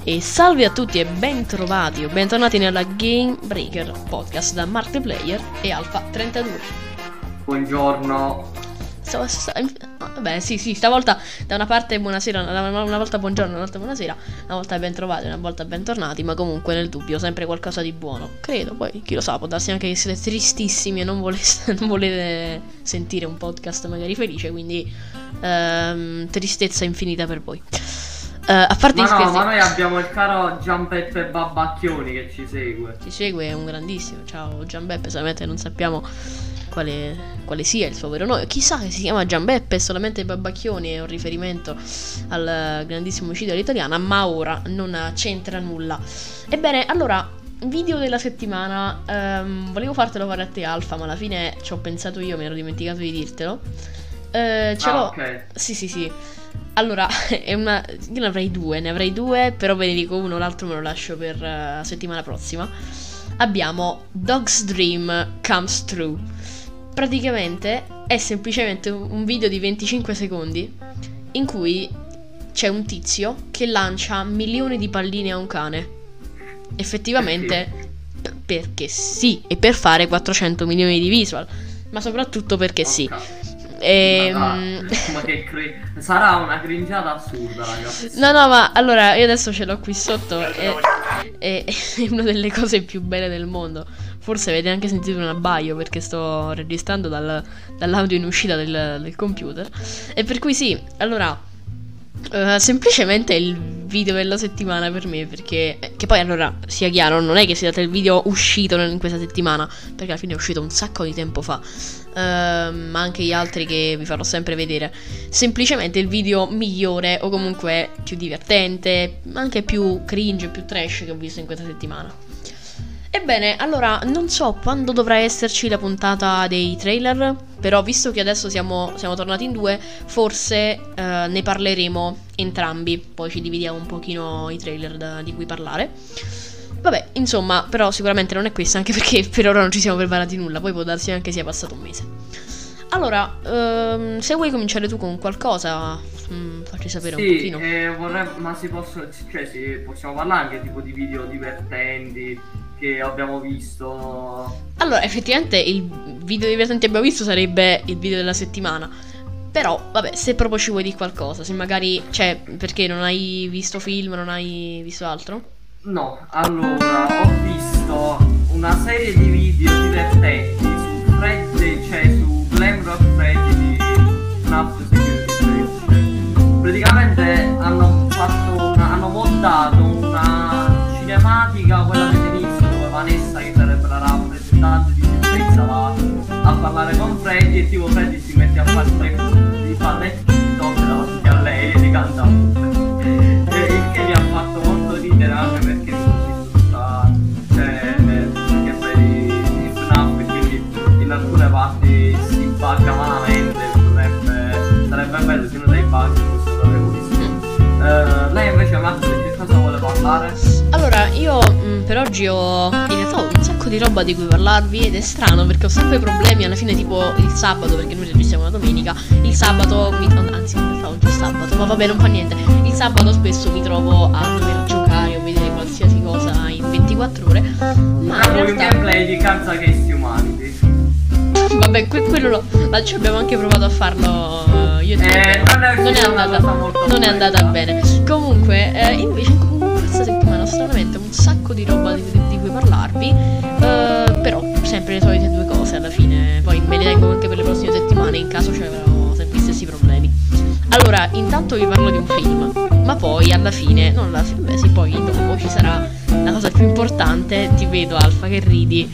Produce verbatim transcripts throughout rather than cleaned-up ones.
E salve a tutti e bentrovati o bentornati nella Game Breaker Podcast da Mark the Player e Alfa trentadue. Buongiorno. Stavo, stavo, vabbè sì sì, stavolta da una parte buonasera, una, una volta buongiorno, una volta buonasera, una volta bentrovati, una volta bentornati, ma comunque nel dubbio sempre qualcosa di buono, credo. Poi chi lo sa, può darsi anche che siete tristissimi e non volete, non volete sentire un podcast magari felice, quindi ehm, tristezza infinita per voi. Uh, a parte ma gli no, scherzi, ma noi abbiamo il caro Gianbeppe Babbacchioni che ci segue. Ci segue, è un grandissimo. Ciao Gianbeppe, solamente non sappiamo quale, quale sia il suo vero nome. Chissà che si chiama Gianbeppe, solamente Babbacchioni è un riferimento al grandissimo omicidio all'italiana, ma ora non c'entra nulla. Ebbene, allora, video della settimana, um, volevo fartelo fare a te Alfa, ma alla fine ci ho pensato io, mi ero dimenticato di dirtelo. Uh, ce ah, l'ho. ok. Sì, sì, sì. Allora, è una... io ne avrei due, ne avrei due, però ve ne dico uno, l'altro me lo lascio per la uh, settimana prossima. Abbiamo Dog's Dream Comes True. Praticamente è semplicemente un video di venticinque secondi in cui c'è un tizio che lancia milioni di palline a un cane. Effettivamente p- perché sì, e per fare quattrocento milioni di visual, ma soprattutto perché Oh, sì. cazzo. E, ma, ma che cre... sarà una cringiata assurda, ragazzi. No, no, ma allora io adesso ce l'ho qui sotto. È, è, è una delle cose più belle del mondo. Forse avete anche sentito un abbaio perché sto registrando dal, dall'audio in uscita del, del computer. E per cui sì, allora Uh, semplicemente il video della settimana per me, perché che poi allora sia chiaro, non è che sia stato il video uscito in questa settimana, perché alla fine è uscito un sacco di tempo fa, uh, ma anche gli altri che vi farò sempre vedere. Semplicemente il video migliore o comunque più divertente, anche più cringe, più trash che ho visto in questa settimana. Ebbene, allora, non so quando dovrà esserci la puntata dei trailer, però visto che adesso siamo, siamo tornati in due, forse eh, ne parleremo entrambi, poi ci dividiamo un pochino i trailer da, di cui parlare. Vabbè, insomma, però sicuramente non è questa, anche perché per ora non ci siamo preparati nulla, poi può darsi anche sia passato un mese. Allora, ehm, se vuoi cominciare tu con qualcosa, mh, facci sapere sì, un pochino. eh, vorrei, ma si possono, cioè sì, possiamo parlare anche tipo di video divertenti che abbiamo visto. Allora, effettivamente il video divertente che abbiamo visto sarebbe il video della settimana. Però, vabbè, se proprio ci vuoi dire qualcosa, se magari, cioè, perché non hai visto film, non hai visto altro? No, allora, ho visto una serie di video divertenti su Freddy, cioè su Glamrock Freddy di Snap Security. Praticamente hanno fatto una, hanno montato una cinematica, quella che Vanessa, che sarebbe la rappresentante di sicurezza, va a parlare con Freddy e tipo Freddy si mette a fare tre di palletti TikTok davanti a lei e li canta tutte. E il che mi ha fatto molto ridere anche perché mi ho visto tutta, cioè, perché Freddy si snap e quindi in alcune parti si bugga malamente, sarebbe, sarebbe bello se non dei bug fossero regolissimi. Uh, lei invece Max, che cosa vuole parlare? Allora, io mh, per oggi ho in realtà ho un sacco di roba di cui parlarvi ed è strano perché ho sempre problemi alla fine, tipo il sabato, perché noi registriamo la domenica, il sabato, mi, anzi in realtà oggi è sabato, ma vabbè non fa niente, il sabato spesso mi trovo a dover giocare o vedere qualsiasi cosa in ventiquattro ore, ma in realtà un gameplay di Cards Against Humanity. Vabbè, que- quello lo, ma ci abbiamo anche provato a farlo uh, io e te, eh, però non è, non è andata, non è andata bene. Comunque, eh, invece in questa settimana stranamente ho un sacco di roba di, di, di cui parlarvi, uh, però sempre le solite due cose alla fine, poi me le tengo anche per le prossime settimane in caso ci avrò sempre gli stessi problemi. Allora, intanto vi parlo di un film, ma poi alla fine, non alla fine, beh sì, poi dopo ci sarà la cosa più importante, ti vedo Alfa che ridi,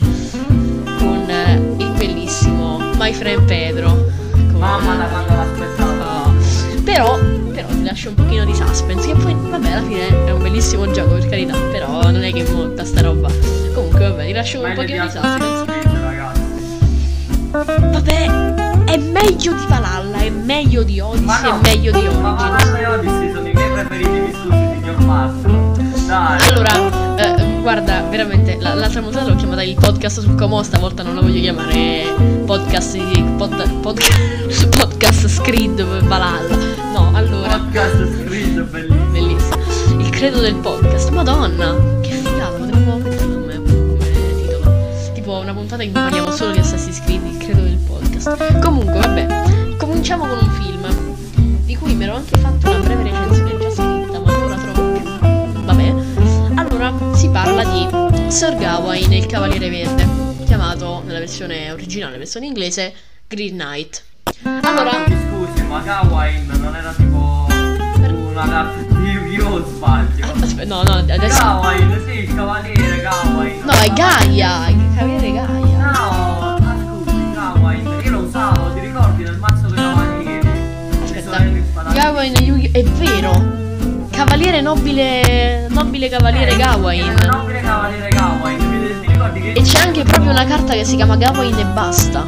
con eh, il bellissimo My Friend Pedro. Con, Mamma da quando l'aspettavo. uh, Però, però ti lascio un pochino di suspense, che poi, vabbè, alla fine è un bellissimo gioco, per carità, però non è che monta sta roba. Comunque, vabbè, ti lascio un pochino di suspense. Ragazzi. Vabbè, è meglio di Valhalla, è meglio di Odyssey, no, è meglio di Origins. Ma Valhalla e Odyssey sono i miei preferiti vissuti, signor Marco. Dai. Allora, eh, guarda, veramente, la, l'altra puntata l'ho chiamata il podcast sul Como, stavolta non la voglio chiamare podcast di pod, podcast, podcast Screed Valhalla. No, allora. Podcast Screed, bellissimo. Bellissimo. Il credo del podcast. Madonna, che figata, potremmo metterlo come, come titolo. Tipo una puntata in cui parliamo solo di Assassin's Creed, il credo del podcast. Comunque, vabbè, cominciamo con un film di cui mi ero anche fatto una breve recensione già scritta, ma non la trovo più. Vabbè, allora si parla di Sir Gawain e il Cavaliere Verde, chiamato nella versione originale, versione inglese, Green Knight. Allora, mi scusi, ma Gawain non era tipo una carta di Yu-Gi-Oh, sbaglio? Aspetta, no, no, adesso... Gawain, sì, il cavaliere Gawain. No, è Gaia, il Cavaliere Gaia. No, ma scusi, Gawain, io lo usavo, ti ricordi nel mazzo dei cavalieri? Aspetta, Gawain Yu-Gi-Oh, è vero. Cavaliere nobile, nobile Cavaliere eh, Gawain. Nobile Cavaliere Gawain, ti, ti ricordi che... E c'è anche proprio una carta che si chiama Gawain e basta.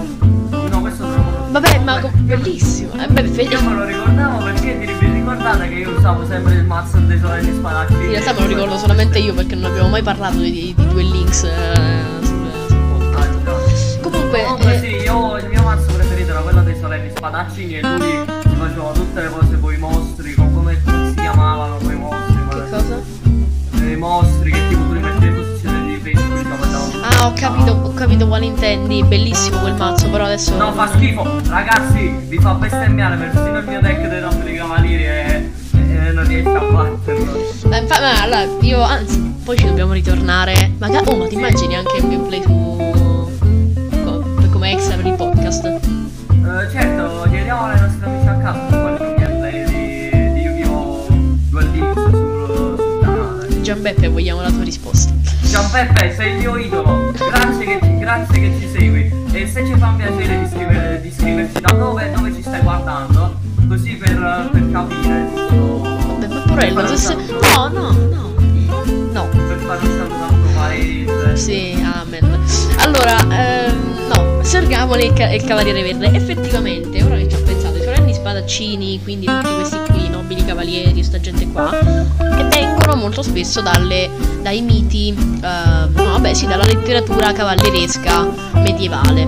No, questo non lo... Vabbè, ma co- bellissimo. Eh, beh, fe- Io me lo ricordavo perché vi vi ricordate che io usavo sempre il mazzo dei solenni spadaccini. In realtà me lo ricordo solamente io perché non abbiamo mai parlato di, di, di Duel Links eh, sul, sul podcast. Ah, già. Comunque, Comunque eh, sì, io il mio mazzo preferito era quello dei solenni spadaccini e lui mi faceva tutte le cose con i mostri, con come si chiamavano quei mostri. che cosa? I mostri che tipo tu li metti in posizione di difesa, quindi diciamo andavano. Ah, ho capito, ho capito quale intendi. Bellissimo quel mazzo, però adesso... No, fa schifo, ragazzi, vi fa bestemmiare persino il mio deck dei nobili cavalieri e, e non riesce a batterlo. Ma, infa- ma allora, io, anzi, poi ci dobbiamo ritornare. Ma, oh, ma ti immagini anche il gameplay su... co- come extra per il podcast? Uh, certo, chiediamo ai nostri amici a casa qualche gameplay di, di Yu-Gi-Oh! Duel Links sul, sul canale. Gianbeppe, vogliamo la tua risposta. Gianpeppe, sei il mio idolo, grazie che, ci- grazie che ci segui. E se ci fa piacere di, scrivere, di scriverci da dove, dove ci stai guardando, così per, per capire, giusto? Beh, ma Porello, se se... No, no, no. No. Per fare un saluto a tuo paese. Sì, amen. Allora, ehm, no, Sir Gawain e il, ca- e il Cavaliere Verde. Effettivamente, ora che ci ho pensato, i solenni spadaccini, quindi tutti questi qui, nobili cavalieri, sta gente qua, che vengono molto spesso dalle, dai miti, ehm, no, vabbè, sì, dalla letteratura cavalleresca medievale.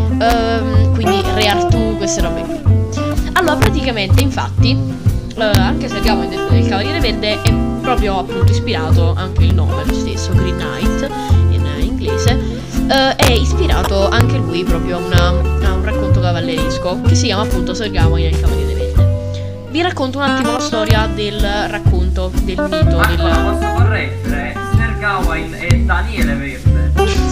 Ehm, quindi Re Artù, queste robe qui. Allora, praticamente, infatti, eh, anche Sir Gawain del, del Cavaliere Verde è proprio appunto ispirato, anche il nome lo stesso, Green Knight in inglese, eh, è ispirato anche lui proprio a, una, a un racconto cavalleresco che si chiama appunto Sir Gawain e il Cavaliere Verde. Vi racconto un attimo la storia del racconto, del mito, Ma del... posso correggere? Sir Gawain e Daniele Verde.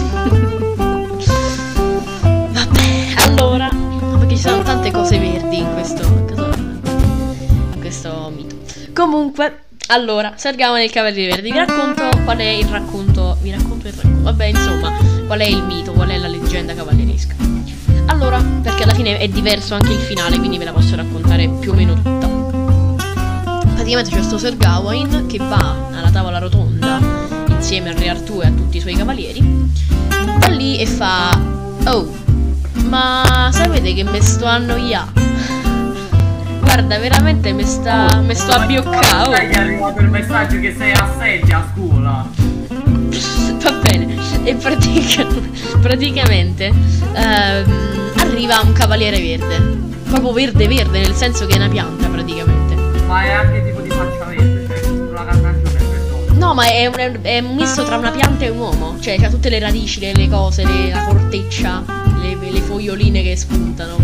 Vabbè, allora, perché ci sono tante cose verdi in questo, in questo mito. Comunque, allora, Sir Gawain e il Cavaliere Verde, vi racconto qual è il racconto, vi racconto il racconto, vabbè, insomma, qual è il mito, qual è la leggenda cavalleresca. Allora, perché alla fine è diverso anche il finale, quindi ve la posso raccontare più o meno tutta. Praticamente c'è sto Sir Gawain che va alla tavola rotonda insieme al Re Artù e a tutti i suoi cavalieri, va lì e fa: oh, ma sapete che me sto annoiando? Guarda, veramente mi sta, mi sto a bioccao. Ma gli è arrivato il messaggio che sei assente a scuola. Va bene. E pratica, praticamente ehm, arriva un Cavaliere Verde, proprio verde verde, nel senso che è una pianta praticamente. Ma è anche tipo di faccia verde, cioè una carnagione per No, ma è un, è un misto tra una pianta e un uomo. Cioè, c'ha tutte le radici, le, le cose, le, la corteccia, le, le foglioline che spuntano.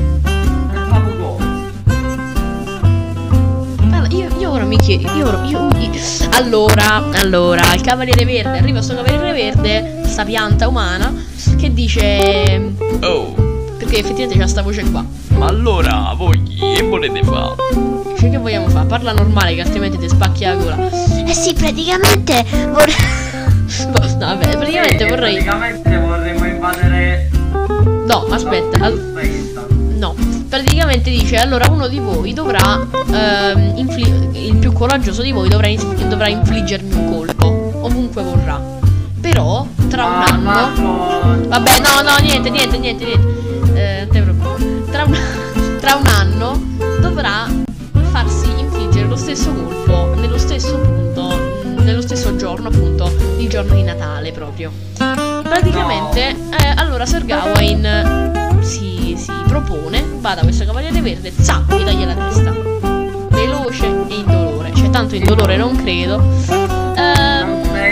Allora, io, io ora mi chiedo, io ora, io, io, allora, allora, il Cavaliere Verde, arriva sto Cavaliere Verde, sta pianta umana, che dice: oh, perché effettivamente c'ha sta voce qua. Ma allora, voi che volete fare? Cioè, che vogliamo fare? Parla normale, che altrimenti ti spacchi la gola. Eh sì, praticamente vorrei... no, vabbè, praticamente sì, vorrei... Praticamente vorremmo invadere... No, aspetta, al... no, praticamente dice: allora uno di voi dovrà, ehm, infli- il più coraggioso di voi dovrà, in- dovrà infliggermi un colpo, ovunque vorrà. Però, tra un ah, anno... Marco... Vabbè, no, no, niente, niente, niente, niente. Eh, non te preoccupare. Tra un... tra un anno dovrà farsi infliggere lo stesso colpo nello stesso punto, nello stesso giorno, appunto, il giorno di Natale proprio. Praticamente, no. eh, allora Sir Gawain si, si propone, va da questo Cavaliere Verde, zac, gli taglia la testa. Veloce e indolore, cioè tanto indolore non credo. Eh,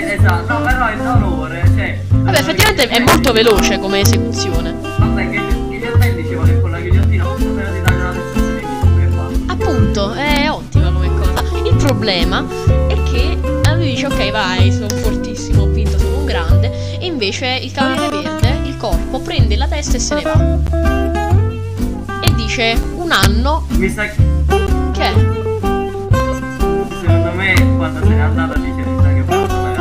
esatto, no, però è dolore, cioè. Vabbè, effettivamente è molto veloce come esecuzione. Vabbè, che gli altri dicevano che con la ghigliottina posso fare di tagliare la testa delle che fa. Appunto, è ottima come cosa. Il problema è che lui dice ok vai, sono fortissimo, ho vinto, sono un grande. E invece il Cavaliere Verde, il corpo, prende la testa e se ne va. E dice un anno. Mi sa che. Che è? Secondo me quando se n'è andata dice mi sa che fa una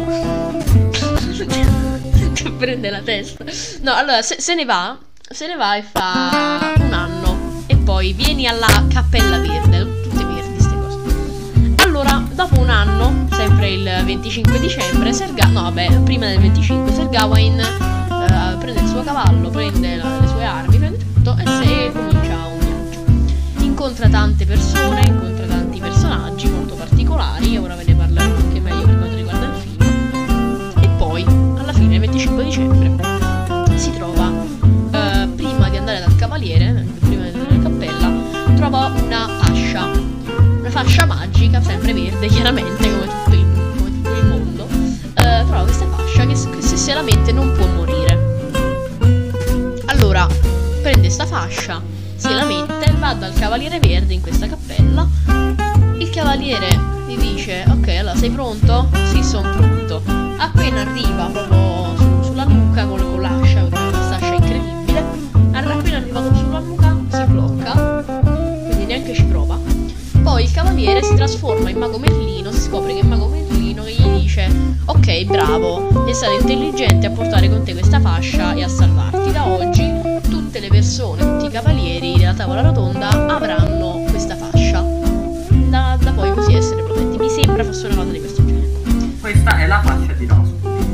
cazzata. Che prende la testa. No, allora se, se ne va. Se ne va e fa un anno. E poi vieni alla Cappella Verde. Tutte verdi ste cose. Allora, dopo un anno, sempre il venticinque dicembre, Ser Ga- no vabbè, prima del venticinque, Ser Gawain uh, prende il suo cavallo, prende la, le sue armi, prende tutto e, se, e comincia un viaggio. Incontra tante persone, incontra tanti personaggi molto particolari. Ora ve ne parlerò anche meglio per quanto riguarda il film. E poi, alla fine, il venticinque dicembre, si trova, uh, prima di andare dal cavaliere, prima di andare alla cappella, trova una fascia. Una fascia magica, sempre verde, chiaramente, come tutto il, come tutto il mondo. Uh, trova questa fascia che, che se se la mette non può morire. Allora, prende sta fascia, se la mette, va dal Cavaliere Verde in questa cappella. Il cavaliere gli dice ok, allora sei pronto? Sì, sono pronto. Appena arriva proprio su, sulla nuca con, con l'ascia, questa ascia incredibile, appena arrivato sulla nuca si blocca, quindi neanche ci prova. Poi il cavaliere si trasforma in Mago Merlino, si scopre che è Mago Merlino che gli dice ok, bravo, sei stato intelligente a portare con te questa fascia e a salvarti. Da oggi tutte le persone, tutti i cavalieri della tavola rotonda avranno questa fascia, da, da poi così essere protetti. Mi sembra fosse una cosa di questo genere. Questa è la fascia di Rosco.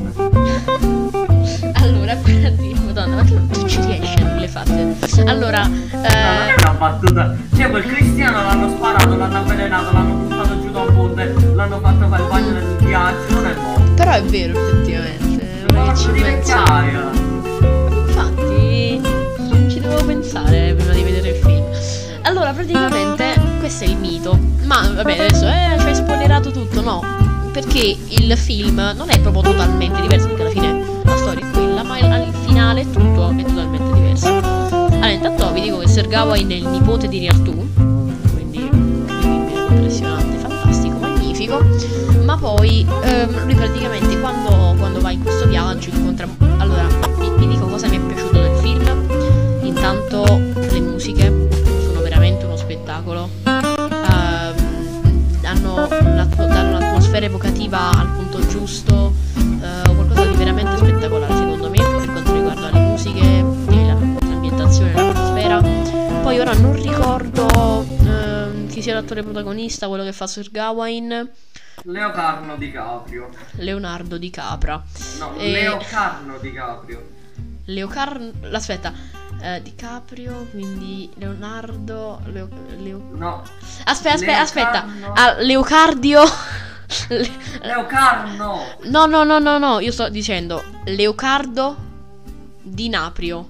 Allora, guardi, madonna, ma tu, tu ci riesci a le fatte. Allora, No, non è eh, una battuta. Cioè, quel cristiano l'hanno sparato, l'hanno avvelenato, l'hanno buttato giù da un ponte, l'hanno fatto fare il bagno nel ghiaccio, non è morto. però è vero effettivamente. Ma ora che ci di penso. vecchiaia. Infatti, ci devo pensare prima di vedere il film. Allora, praticamente, questo è il mito. Ma vabbè, adesso eh, ci hai spoilerato tutto, no? Perché il film non è proprio totalmente diverso, perché alla fine la storia è quella, ma al finale tutto è totalmente diverso. Allora, intanto vi dico che Ser Gawain è il nipote di Re Artù, quindi incredibile, impressionante, fantastico, magnifico. Ma poi ehm, lui praticamente quando, quando va in questo viaggio incontra. Allora, vi, vi dico cosa mi è piaciuto del film. Intanto le musiche sono veramente uno spettacolo. Ehm, hanno un'atmo- danno un'atmosfera evocativa al punto giusto, eh, qualcosa di veramente spettacolare secondo me per quanto riguarda le musiche, e la- l'ambientazione, l'atmosfera. Poi ora non ricordo ehm, chi sia l'attore protagonista, quello che fa Ser Gawain. Leocarno DiCaprio. Leonardo Di Capra. No, E- Leocarno DiCaprio. Leocarno. Aspetta. Eh, DiCaprio, quindi Leonardo. Leo, Leo... No. Aspetta, aspetta, aspetta. Leocarno. Ah, Leocardio. Le- Leocarno. No, no, no, no, no. Io sto dicendo Leocardo Di Naprio.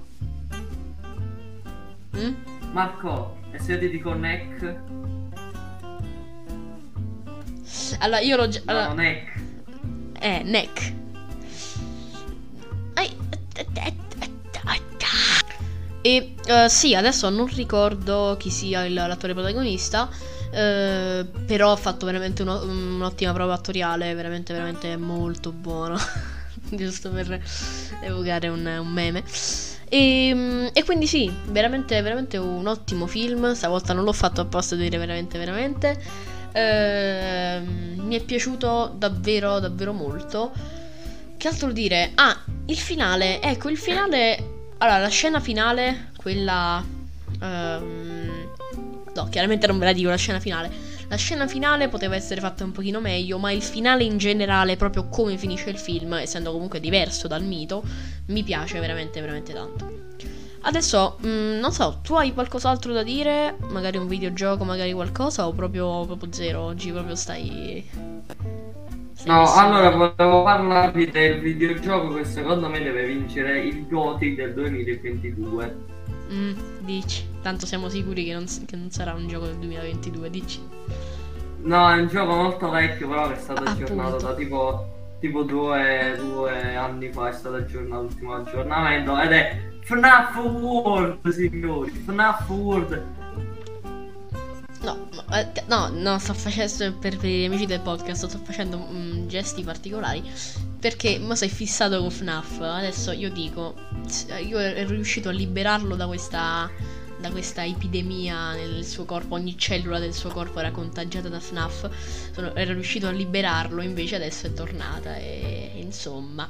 Mm? Marco, e se io ti dico neck? Allora, io l'ho già. No, allora- neck. Eh, neck. Ai- E eh, sì, adesso non ricordo chi sia il- l'attore protagonista, eh, però ha fatto veramente uno- un'ottima prova attoriale, veramente, veramente molto buono. Giusto per evocare un, un meme. E, e quindi sì, veramente, veramente un ottimo film. Stavolta non l'ho fatto apposta a dire veramente, veramente. Ehm, mi è piaciuto davvero, davvero molto. Che altro dire? Ah, il finale. Ecco, il finale. Allora, la scena finale, quella. ehm, no, chiaramente non ve la dico la scena finale. La scena finale poteva essere fatta un pochino meglio, ma il finale in generale, proprio come finisce il film, essendo comunque diverso dal mito, mi piace veramente, veramente tanto. Adesso, mh, non so, tu hai qualcos'altro da dire? Magari un videogioco, magari qualcosa, o proprio, proprio zero? Oggi proprio stai... stai No, messo allora male? volevo parlarvi del videogioco che secondo me deve vincere il GOTY del duemilaventidue. Mm, dici. Tanto siamo sicuri che non, s- che non sarà un gioco del duemilaventidue, dici. No, è un gioco molto vecchio, però che è stato Ah, aggiornato appunto. da tipo tipo due, due anni fa è stato aggiornato l'ultimo aggiornamento ed è FNAF World, signori, FNAF World. No, no, eh, no, no, sto facendo per, per gli amici del podcast, sto facendo mm, gesti particolari perché mo sei fissato con FNAF. Adesso io dico, io ero riuscito a liberarlo da questa da questa epidemia nel suo corpo, ogni cellula del suo corpo era contagiata da FNAF. Sono, ero riuscito a liberarlo, invece adesso è tornata e insomma.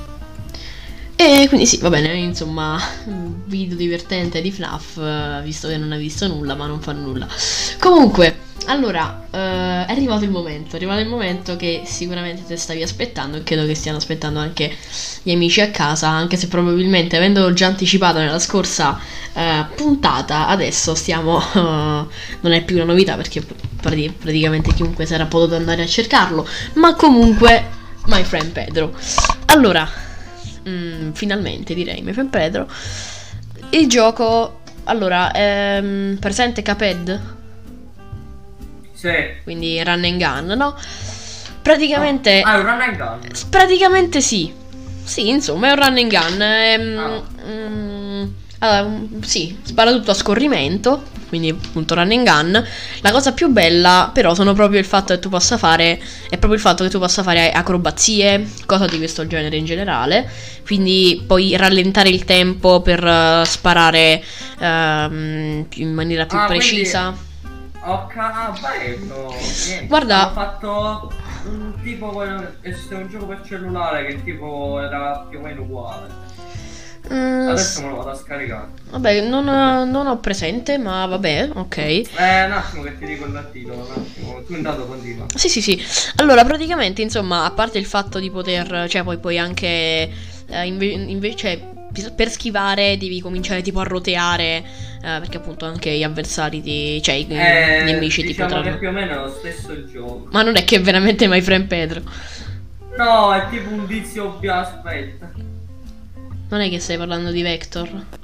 E quindi sì, va bene, insomma, un video divertente di FNAF, visto che non hai visto nulla, ma non fa nulla. Comunque, allora, eh, è arrivato il momento, è arrivato il momento che sicuramente te stavi aspettando e credo che stiano aspettando anche gli amici a casa, anche se probabilmente, avendolo già anticipato nella scorsa eh, puntata, adesso stiamo, uh, non è più una novità perché prati- praticamente chiunque sarà potuto andare a cercarlo, ma comunque, My Friend Pedro. Allora... Mm, finalmente direi My Friend Pedro. Il gioco, allora, ehm, presente Cuphead? Sì. Quindi run and gun, no? Praticamente no. Ah, è un run and gun. Praticamente sì. Sì, insomma, è un run and gun. Ehm, ah. mm, allora, sì, spara tutto a scorrimento, quindi appunto run and gun. La cosa più bella però sono proprio il fatto che tu possa fare è proprio il fatto che tu possa fare acrobazie, cosa di questo genere in generale. Quindi puoi rallentare il tempo per uh, sparare uh, in maniera più ah, precisa. Quindi... ok, ah, bello. Niente. Guarda, ho fatto un tipo, è un gioco per cellulare che tipo era più o meno uguale. Mm, Adesso me lo vado a scaricare. Vabbè, non, non ho presente, ma vabbè, ok. Eh, un attimo che ti dico il titolo, un attimo. Tu intanto continua. Sì, sì, sì. Allora, praticamente, insomma, a parte il fatto di poter, cioè, poi puoi anche eh, inve- invece per schivare devi cominciare tipo a roteare, eh, perché appunto anche gli avversari ti, cioè i eh, gli amici diciamo ti potranno. che più o meno è lo stesso gioco. Ma non è che è veramente My Friend Pedro. No, è tipo un tizio più, aspetta. Non è che stai parlando di Vector?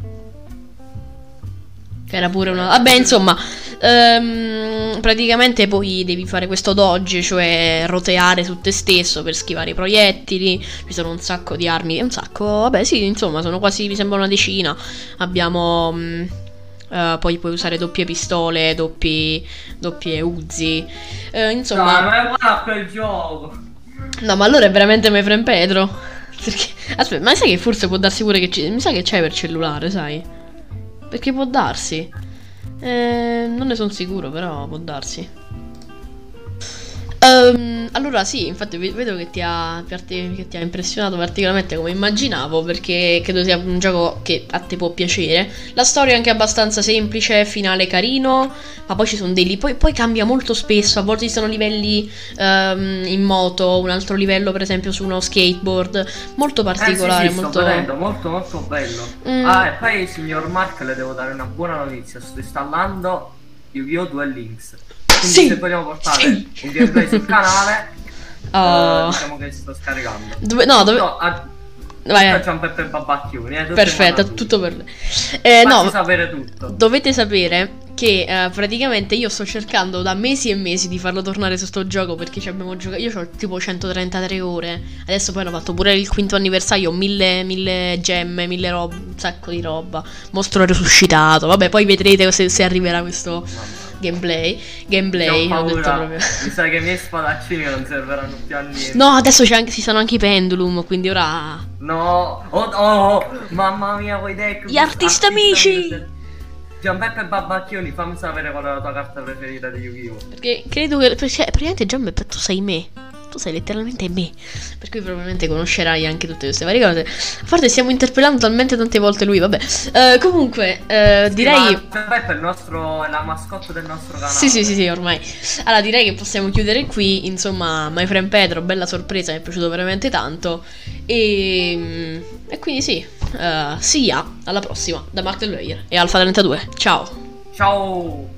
Che era pure una... Vabbè, insomma, ehm, praticamente poi devi fare questo dodge, cioè roteare su te stesso per schivare i proiettili. Ci sono un sacco di armi, un sacco, vabbè sì, insomma, sono quasi, mi sembra una decina. Abbiamo... Mh, Uh, poi puoi usare doppie pistole, doppi, doppie Uzi, uh, insomma. No, ma è uguale a quel gioco. No, ma allora è veramente My Friend Pedro. Perché, aspetta, ma sai che forse può darsi pure che ci... mi sa che c'è per cellulare, sai? Perché può darsi. Eh, non ne sono sicuro, però può darsi. Um, allora sì, infatti vedo che ti, ha, che ti ha impressionato particolarmente come immaginavo, perché credo sia un gioco che a te può piacere. La storia è anche abbastanza semplice, finale carino, ma poi ci sono dei... Poi, poi cambia molto spesso, a volte ci sono livelli um, in moto, un altro livello per esempio su uno skateboard, molto particolare, eh, sì, sì, molto... sto vedendo, molto molto bello. Mm. Ah, e poi signor Mark le devo dare una buona notizia, sto installando Yu-Gi-Oh! Duel Links. Quindi sì, se vogliamo portare sì. un gameplay sul canale, oh. uh, diciamo che sto scaricando. Dove, no, dove... No, a... Vai, vai. Gianpeppe Babacchioni, eh, perfetto, tutto per eh, no, sapere tutto. Dovete sapere che uh, praticamente io sto cercando da mesi e mesi di farlo tornare su sto gioco, perché ci abbiamo giocato. Io ho tipo centotrentatré ore. Adesso poi hanno fatto pure il quinto anniversario, mille, mille gemme, mille roba, un sacco di roba. Mostro resuscitato. Vabbè, poi vedrete se, se arriverà questo gameplay. Gameplay, ho detto proprio. Mi sa che i miei spadaccini non serveranno più a niente. No, adesso c'è anche, ci sono anche i pendulum, quindi ora. No, oh, oh, mamma mia, vuoi deck. Gli artisti amici. Gianbeppe Babacchioni, fammi sapere qual è la tua carta preferita di Yu-Gi-Oh! Perché credo che, perché praticamente Gianbeppe, tu sei me. Tu sei letteralmente me. Per cui probabilmente conoscerai anche tutte queste varie cose. A parte stiamo interpellando talmente tante volte lui, vabbè. Uh, comunque, uh, sì, direi... Gianbeppe è il nostro, è la mascotte del nostro canale. Sì, sì, sì, sì, ormai. Allora direi che possiamo chiudere qui. Insomma, My Friend Pedro, bella sorpresa, mi è piaciuto veramente tanto. E, e quindi sì, uh, see ya, alla prossima, da Mark Del Player e Alfa trentadue. Ciao. Ciao.